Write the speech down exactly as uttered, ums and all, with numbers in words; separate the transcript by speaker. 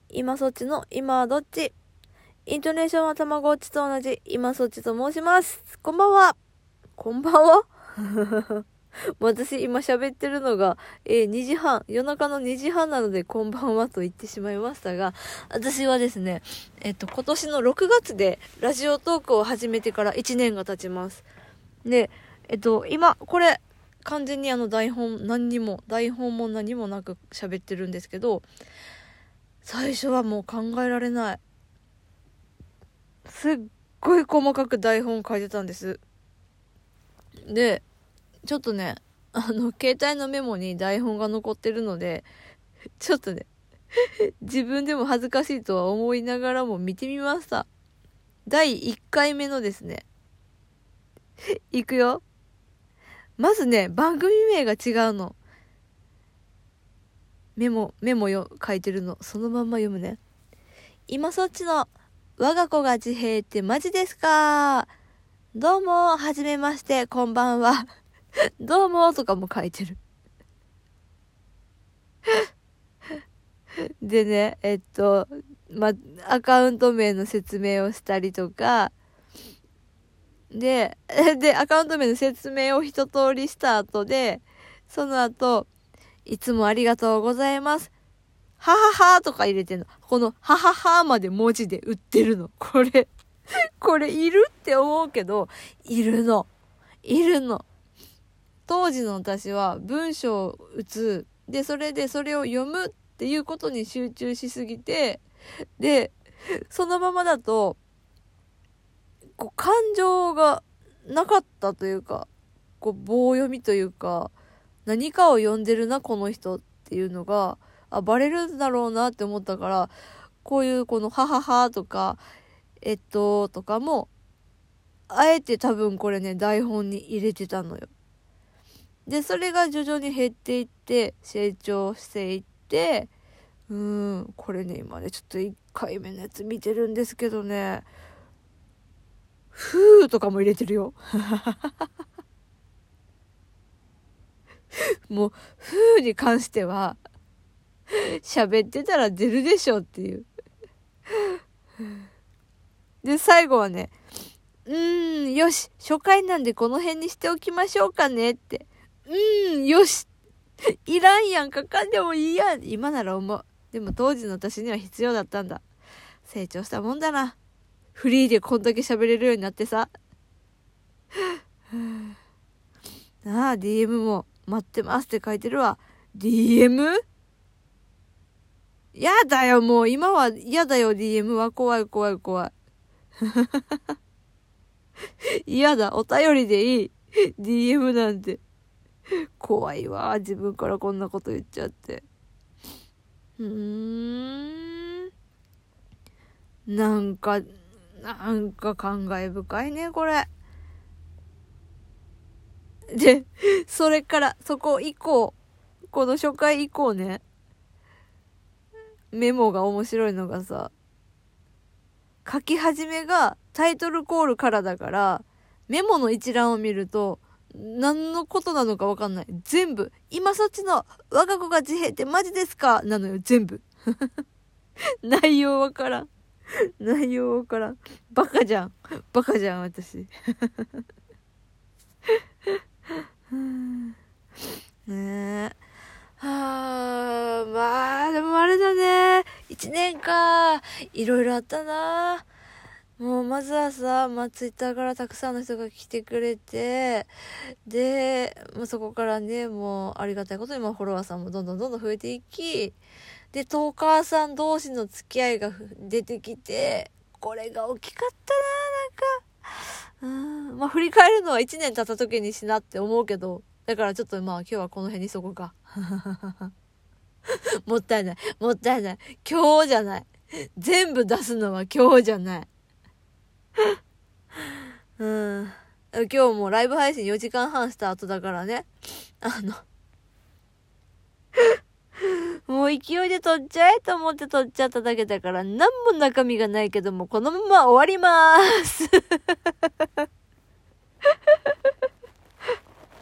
Speaker 1: 今そっちの今はどっち。イントネーションはたまごっちと同じ今そっちと申します。こんばんは。こんばんは私今喋ってるのが、えー、にじはん、夜中のにじはんなのでこんばんはと言ってしまいましたが、私はですね、えっと今年のろくがつでラジオトークを始めてからいちねんが経ちます。で、えっと今これ完全にあの台本何にも台本も何もなく喋ってるんですけど、最初はもう考えられない。すっごい細かく台本書いてたんです。で、ちょっとね、あの携帯のメモに台本が残ってるので、ちょっとね自分でも恥ずかしいとは思いながらも見てみました。だいいっかいめのですね、いくよ。まずね、番組名が違うの。メモメモよ書いてるのそのまんま読むね。今そっちの我が子が自閉ってマジですか。どうもはじめましてこんばんはどうもとかも書いてるでね、えっとまアカウント名の説明をしたりとかででアカウント名の説明を一通りした後で、その後いつもありがとうございますはははとか入れてんの。このはははまで文字で売ってるの。これこれいるって思うけど、いるのいるの。当時の私は文章を打つで、それでそれを読むっていうことに集中しすぎて、でそのままだとこう感情がなかったというか、こう棒読みというか、何かを読んでるなこの人っていうのがあバレるんだろうなって思ったから、こういうこのはははとかえっととかもあえて多分これね台本に入れてたのよ。でそれが徐々に減っていって成長していって、うーんこれね今ねちょっといっかいめのやつ見てるんですけどね、ふーとかも入れてるよもうふーに関しては喋ってたら出るでしょっていうで最後はね、うーんよし初回なんでこの辺にしておきましょうかねって、うーんよしいらんやん書かんでもいいやん今なら思う。でも当時の私には必要だったんだ。成長したもんだな。フリーでこんだけ喋れるようになってさなあ ディーエム も待ってますって書いてるわ。 ディーエム？ やだよもう今はやだよ。 ディーエム は怖い怖い怖い嫌だ、お便りでいいディーエム なんて怖いわ、自分からこんなこと言っちゃって。うーんなんかなんか感慨深いねこれでそれからそこ以降、この初回以降ね、メモが面白いのがさ、書き始めがタイトルコールからだから、メモの一覧を見ると何のことなのか分かんない。全部今そっちの我が子が自閉ってマジですかなのよ全部内容分からん内容分からん。バカじゃんバカじゃん私ねえ、はあ、まあでもあれだね、一年かいろいろあったな。もうまずはさ、まあ、ツイッターからたくさんの人が来てくれて、で、まあ、そこからねもうありがたいことにまあフォロワーさんもどんどんどんどん増えていき、でトーカーさん同士の付き合いが出てきて、これが大きかったな。なんかうんまあ振り返るのはいちねん経った時にしなって思うけど、だからちょっとまあ今日はこの辺にしとこうかもったいないもったいない、今日じゃない、全部出すのは今日じゃないうん今日もライブ配信よじかんはんした後だからね、あのもう勢いで撮っちゃえと思って撮っちゃっただけだから、何も中身がないけどもこのまま終わりまーす